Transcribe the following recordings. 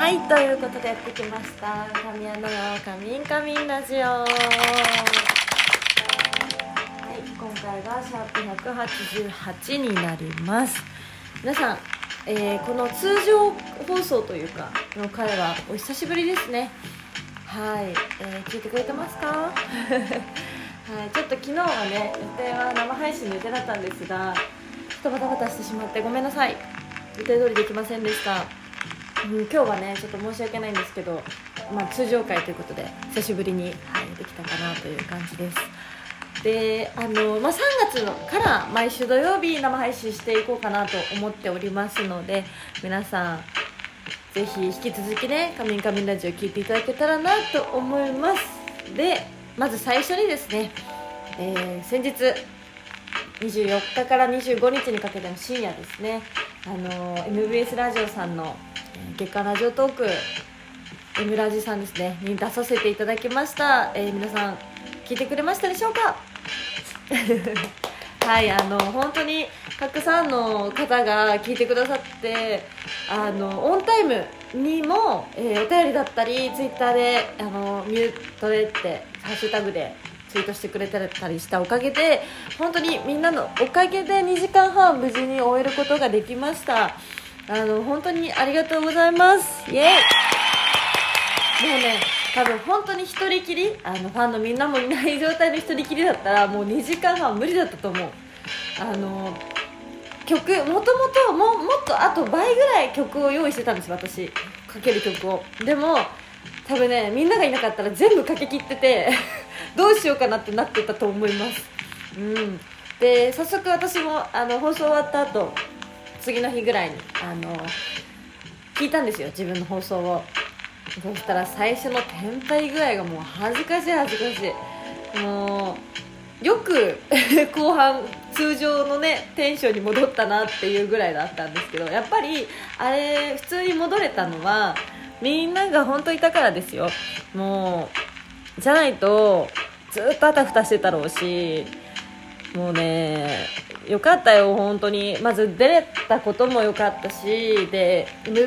はい、ということでやってきました神谷のカミンカミンラジオ。はい、今回がシャープ188になります。皆さん、この通常放送というかの回はお久しぶりですね。はい、聞いてくれてますか？はい、ちょっと昨日はね、予定は生配信の予定だったんですが、ちょっとバタバタしてしまってごめんなさい。予定通りできませんでした。今日はねちょっと申し訳ないんですけど、通常回ということで久しぶりに、できたかなという感じです。で3月から毎週土曜日生配信していこうかなと思っておりますので、皆さんぜひ引き続きねカミンカミンラジオ聞いていただけたらなと思います。でまず最初にですね、先日24日から25日にかけての深夜ですね、MBS ラジオさんの月間ラジオトーク M ラジさんですねに出させていただきました。皆さん聞いてくれましたでしょうか？はい、本当にたくさんの方が聞いてくださって、オンタイムにも、お便りだったりツイッターでミュートでってハッシュタグでツイートしてくれたりしたおかげで、本当にみんなのおかげで2時間半無事に終えることができました。本当にありがとうございます。イエイ。もうね多分本当に一人きりファンのみんなもいない状態で一人きりだったらもう2時間半無理だったと思う。曲もっとあと倍ぐらい曲を用意してたんです。私かける曲を。でも多分ねみんながいなかったら全部かけきっててどうしようかなってなってたと思います。で早速私も放送終わった後次の日ぐらいに聞いたんですよ、自分の放送を。そしたら最初のテンパり具合がもう恥ずかしい。もうよく後半通常のねテンションに戻ったなっていうぐらいだったんですけど、やっぱりあれ普通に戻れたのはみんなが本当いたからですよ。もうじゃないとずっとあたふたしてたろうし、もうねよかったよ本当に。まず出れたこともよかったし、で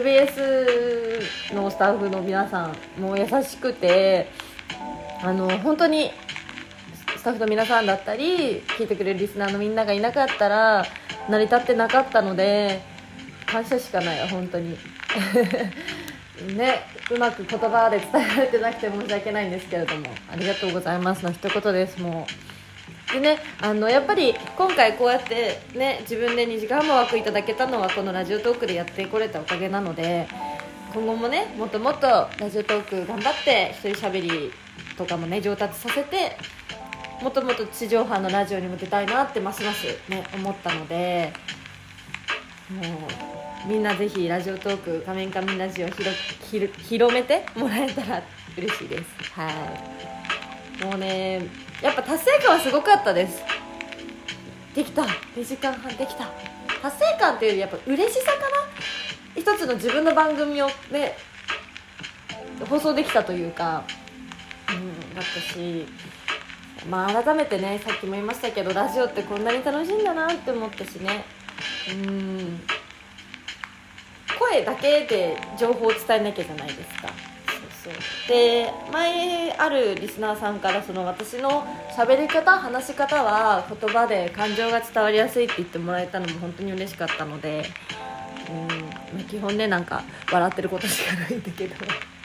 MBS のスタッフの皆さんも優しくて、本当にスタッフの皆さんだったり聞いてくれるリスナーのみんながいなかったら成り立ってなかったので感謝しかないよ本当にね、うまく言葉で伝えられてなくて申し訳ないんですけれども、ありがとうございますの一言です。もうでね、やっぱり今回こうやってね自分で2時間も枠いただけたのはこのラジオトークでやってこれたおかげなので、今後もねもっともっとラジオトーク頑張って一人喋りとかもね上達させて、もっともっと地上波のラジオにも出たいなってますますね思ったので、もうみんなぜひラジオトークカミンカミンラジオ広めてもらえたら嬉しいです。はい、もうねやっぱ達成感はすごかったです。できた、2時間半できた、達成感っていうよりやっぱ嬉しさかな。一つの自分の番組をね放送できたというか、だったし、改めてねさっきも言いましたけどラジオってこんなに楽しいんだなって思ったしね。声だけで情報を伝えなきゃじゃないですか。そうで前あるリスナーさんから私の喋り方話し方は言葉で感情が伝わりやすいって言ってもらえたのも本当に嬉しかったので、基本ねなんか笑ってることしかないんだけど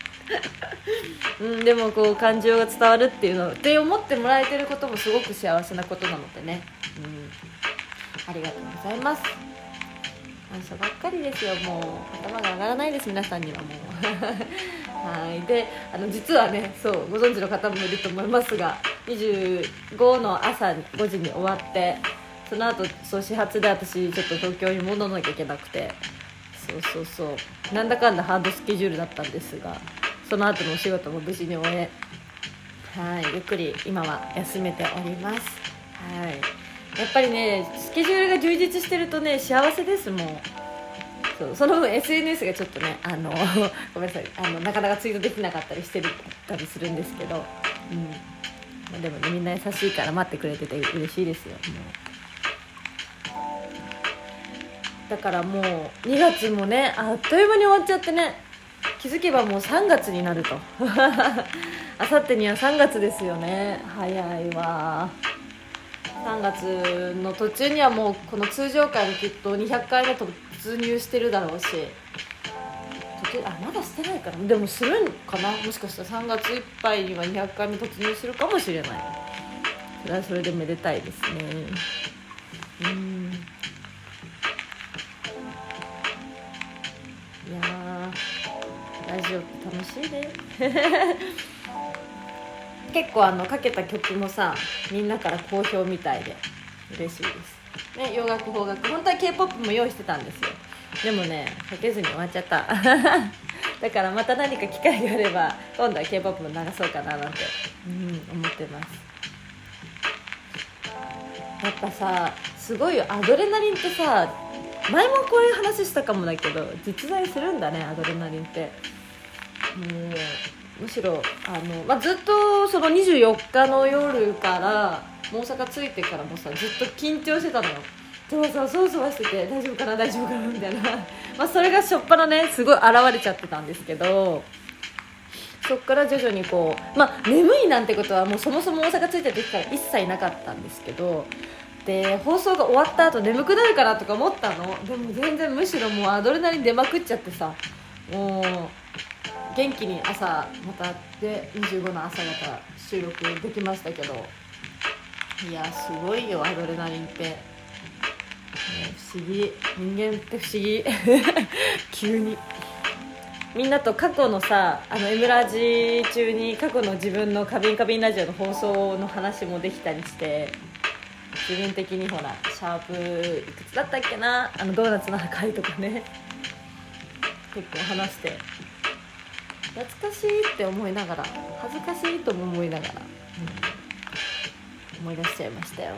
でもこう感情が伝わるっていうのって思ってもらえてることもすごく幸せなことなのでね、ありがとうございます。感謝ばっかりですよ。もう頭が上がらないです皆さんにはもうはい。で実はねご存知の方もいると思いますが、25の朝5時に終わって、その後始発で私ちょっと東京に戻らなきゃいけなくて、なんだかんだハードスケジュールだったんですが、その後のお仕事も無事に終え、ゆっくり今は休めております。やっぱりねスケジュールが充実してるとね幸せです。もうその分 SNS がちょっとねごめんなさいなかなかツイートできなかったりしてたりするんですけど、でもねみんな優しいから待ってくれてて嬉しいですよ。もうだからもう2月もねあっという間に終わっちゃってね、 気づけばもう3月になるとあさってには3月ですよね。早いわ。3月の途中にはもうこの通常回もきっと200回目突入してるだろうし、まだしてないかな。でもするんかな、もしかしたら3月いっぱいには200回目突入するかもしれない。それはそれでめでたいですね。いやー、ラジオって楽しいね結構かけた曲もさ、みんなから好評みたいで嬉しいですね。洋楽邦楽、本当は K-POP も用意してたんですよ。でもね、かけずに終わっちゃっただからまた何か機会があれば今度は K-POP も流そうかななんて、思ってます。やっぱさ、すごいよ、アドレナリンってさ、前もこういう話したかもだけど実在するんだね、アドレナリンって。むしろずっとその24日の夜から大阪着いてからもさ、ずっと緊張してたのよ。そうしてて、大丈夫かなみたいなそれがしょっぱなね、すごい現れちゃってたんですけど、そっから徐々にこう、眠いなんてことはもうそもそも大阪着いた時から一切なかったんですけど、で放送が終わった後眠くなるかなとか思ったの。でも全然、むしろもうアドレナリン出まくっちゃってさ、もう元気に朝またで25の朝方収録できましたけど、いやすごいよアドレナリンって、不思議、人間って不思議急にみんなと過去のさ、M ラジ中に過去の自分のカビンラジオの放送の話もできたりして、自分的にほらシャープいくつだったっけな、ドーナツの破壊とかね、結構話して懐かしいって思いながら、恥ずかしいとも思いながら、思い出しちゃいましたよ。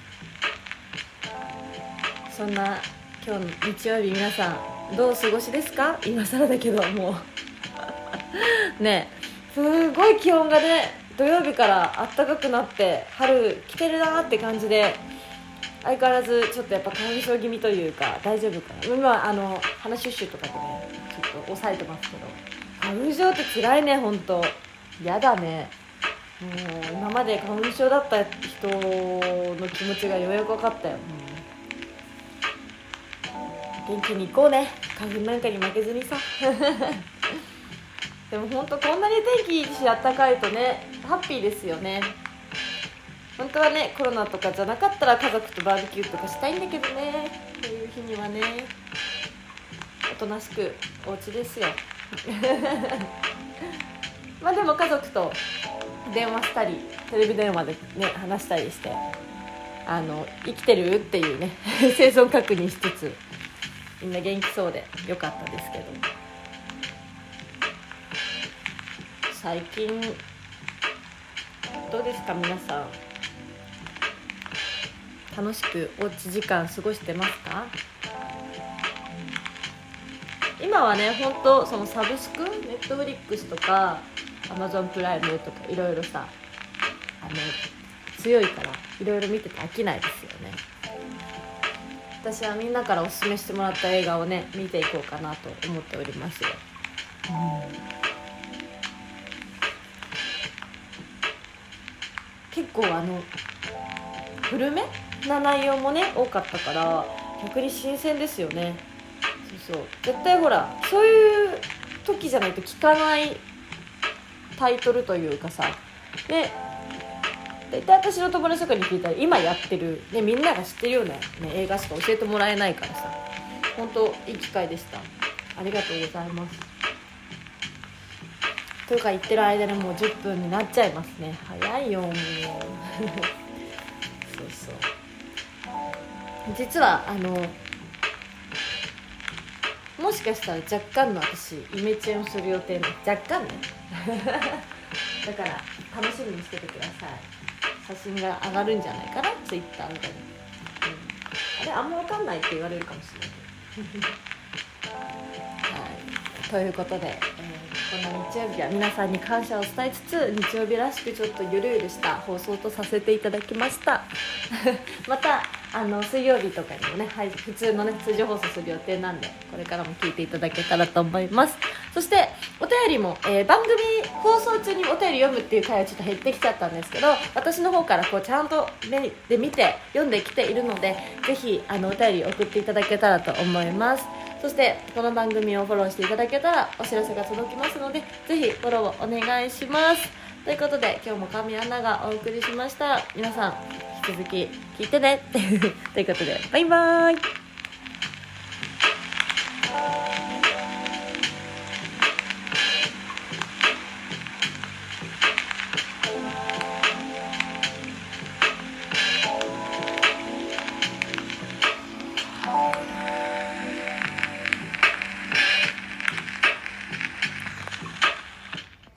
そんな今日の日曜日、皆さんどうお過ごしですか？今更だけどもうね、すごい気温がね、土曜日から暖かくなって春来てるなって感じで、相変わらずちょっとやっぱ花粉症気味というか、大丈夫かな。今鼻シュッシュとかでねちょっと抑えてますけど、花粉症って辛いね、本当やだね。もう今まで花粉症だった人の気持ちがようやく分かったよ。元気に行こうね、花粉なんかに負けずにさでも本当こんなに天気いいし暖かいとね、ハッピーですよね。本当はね、コロナとかじゃなかったら家族とバーベキューとかしたいんだけどね、こういう日にはね、おとなしくお家ですよでも家族と電話したりテレビ電話でね話したりして、生きてるっていうね生存確認しつつ、みんな元気そうでよかったですけど、最近どうですか皆さん、楽しくおうち時間過ごしてますか？今はね、本当そのサブスク、ネットフリックスとかアマゾンプライムとかいろいろさ、強いからいろいろ見てて飽きないですよね。私はみんなからおすすめしてもらった映画をね見ていこうかなと思っておりますよ。結構古めな内容もね多かったから逆に新鮮ですよね。そう絶対ほらそういう時じゃないと聞かないタイトルというかさ、で大体私の友達とかに聞いたら今やってる、ね、みんなが知ってるような、映画しか教えてもらえないからさ、本当いい機会でした。ありがとうございます。とか言ってる間にもう10分になっちゃいますね。早いよもうそう実はもしかしたら若干の私イメチェンをする予定の、若干ねだから楽しみにしててください。写真が上がるんじゃないかな、ツイッターみたいに、あれあんま分かんないって言われるかもしれないはい、ということで、こんな日曜日は皆さんに感謝を伝えつつ、日曜日らしくちょっとゆるゆるした放送とさせていただきましたまた水曜日とかにもね、普通のね通常放送する予定なんで、これからも聞いていただけたらと思います。 そしてお便りも、番組放送中にお便り読むっていう回はちょっと減ってきちゃったんですけど、私の方からこうちゃんと目で見て読んできているので、ぜひお便り送っていただけたらと思います。そしてこの番組をフォローしていただけたらお知らせが届きますので、ぜひフォローをお願いします。ということで今日も神アナがお送りしました。皆さん引き続き聞いてねということで、バイバーイ。